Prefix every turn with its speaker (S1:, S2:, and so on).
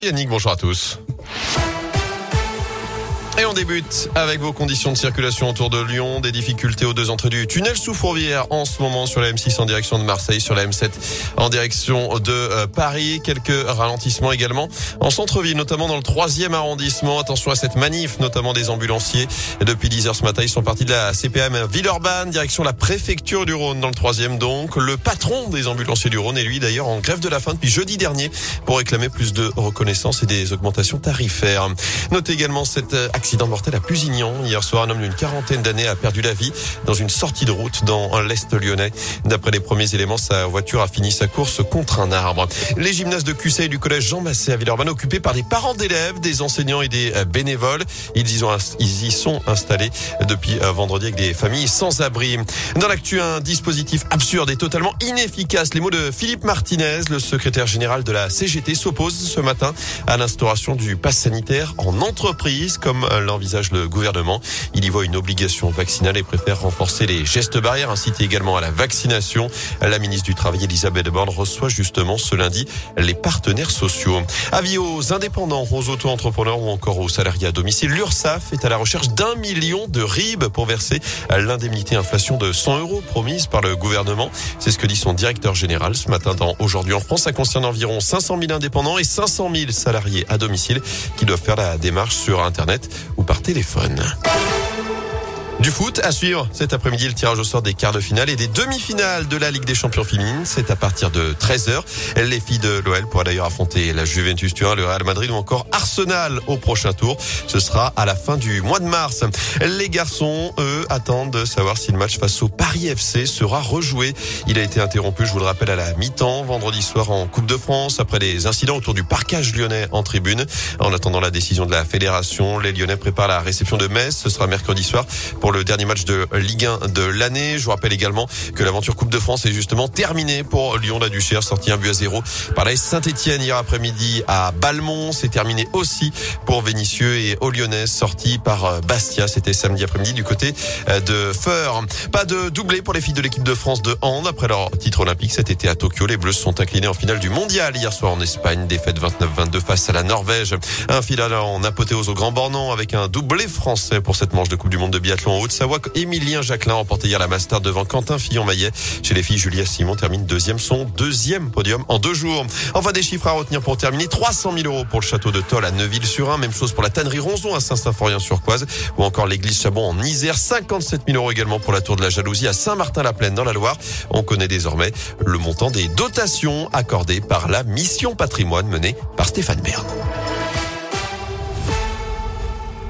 S1: Yannick, bonjour à tous. Et on débute avec vos conditions de circulation autour de Lyon. Des difficultés aux deux entrées du tunnel sous Fourvière en ce moment sur la M6 en direction de Marseille, sur la M7 en direction de Paris. Quelques ralentissements également en centre-ville, notamment dans le 3e arrondissement. Attention à cette manif, notamment des ambulanciers. Depuis 10h ce matin, ils sont partis de la CPAM Villeurbanne, direction la préfecture du Rhône dans le 3e donc. Le patron des ambulanciers du Rhône est lui d'ailleurs en grève de la faim depuis jeudi dernier pour réclamer plus de reconnaissance et des augmentations tarifaires. Notez également cet accident mortel à Pusignan. Hier soir, un homme d'une quarantaine d'années a perdu la vie dans une sortie de route dans l'Est lyonnais. D'après les premiers éléments, sa voiture a fini sa course contre un arbre. Les gymnases de QC et du collège Jean Massé à Villeurbanne occupés par des parents d'élèves, des enseignants et des bénévoles. Ils y sont installés depuis vendredi avec des familles sans abri. Dans l'actu, un dispositif absurde et totalement inefficace. Les mots de Philippe Martinez, le secrétaire général de la CGT, s'oppose ce matin à l'instauration du pass sanitaire en entreprise, comme l'envisage le gouvernement. Il y voit une obligation vaccinale et préfère renforcer les gestes barrières, inciter également à la vaccination. La ministre du Travail, Elisabeth Borne, reçoit justement ce lundi les partenaires sociaux. Avis aux indépendants, aux auto-entrepreneurs ou encore aux salariés à domicile. L'URSSAF est à la recherche d'1 million de RIB pour verser l'indemnité inflation de 100 € promise par le gouvernement. C'est ce que dit son directeur général ce matin dans Aujourd'hui en France. Ça concerne environ 500 000 indépendants et 500 000 salariés à domicile qui doivent faire la démarche sur Internet ou par téléphone. Du foot à suivre cet après-midi, le tirage au sort des quarts de finale et des demi-finales de la Ligue des Champions féminines. C'est à partir de 13h. Les filles de l'OL pourraient d'ailleurs affronter la Juventus Turin, le Real Madrid ou encore Arsenal au prochain tour. Ce sera à la fin du mois de mars. Les garçons, eux, attendent de savoir si le match face au Paris FC sera rejoué. Il a été interrompu, je vous le rappelle, à la mi-temps, vendredi soir en Coupe de France, après les incidents autour du parquage lyonnais en tribune. En attendant la décision de la fédération, les Lyonnais préparent la réception de Metz. Ce sera mercredi soir pour le dernier match de Ligue 1 de l'année. Je vous rappelle également que l'aventure Coupe de France est justement terminée pour Lyon-la-Duchère, sorti 1-0 par la Saint-Etienne hier après-midi à Balmont. C'est terminé aussi pour Vénissieux et aux Lyonnais, sorti par Bastia. C'était samedi après-midi du côté de Feur. Pas de doublé pour les filles de l'équipe de France de hand. Après leur titre olympique cet été à Tokyo, les Bleus sont inclinés en finale du mondial hier soir en Espagne. Défaite 29-22 face à la Norvège. Un final en apothéose au Grand Bornand avec un doublé français pour cette manche de Coupe du Monde de biathlon en Haute-Savoie. Émilien Jacquelin remporté hier la Master devant Quentin Fillon-Maillet. Chez les filles, Julia Simon termine deuxième, son deuxième podium en 2 jours. Enfin, des chiffres à retenir pour terminer. 300 000 € pour le château de Tol à Neuville-sur-Ain. Même chose pour la tannerie Ronzon à Saint-Symphorien-sur-Coise ou encore l'église Chabon en Isère. 57 000 € également pour la tour de la Jalousie à Saint-Martin-la-Plaine dans la Loire. On connaît désormais le montant des dotations accordées par la mission patrimoine menée par Stéphane Bern.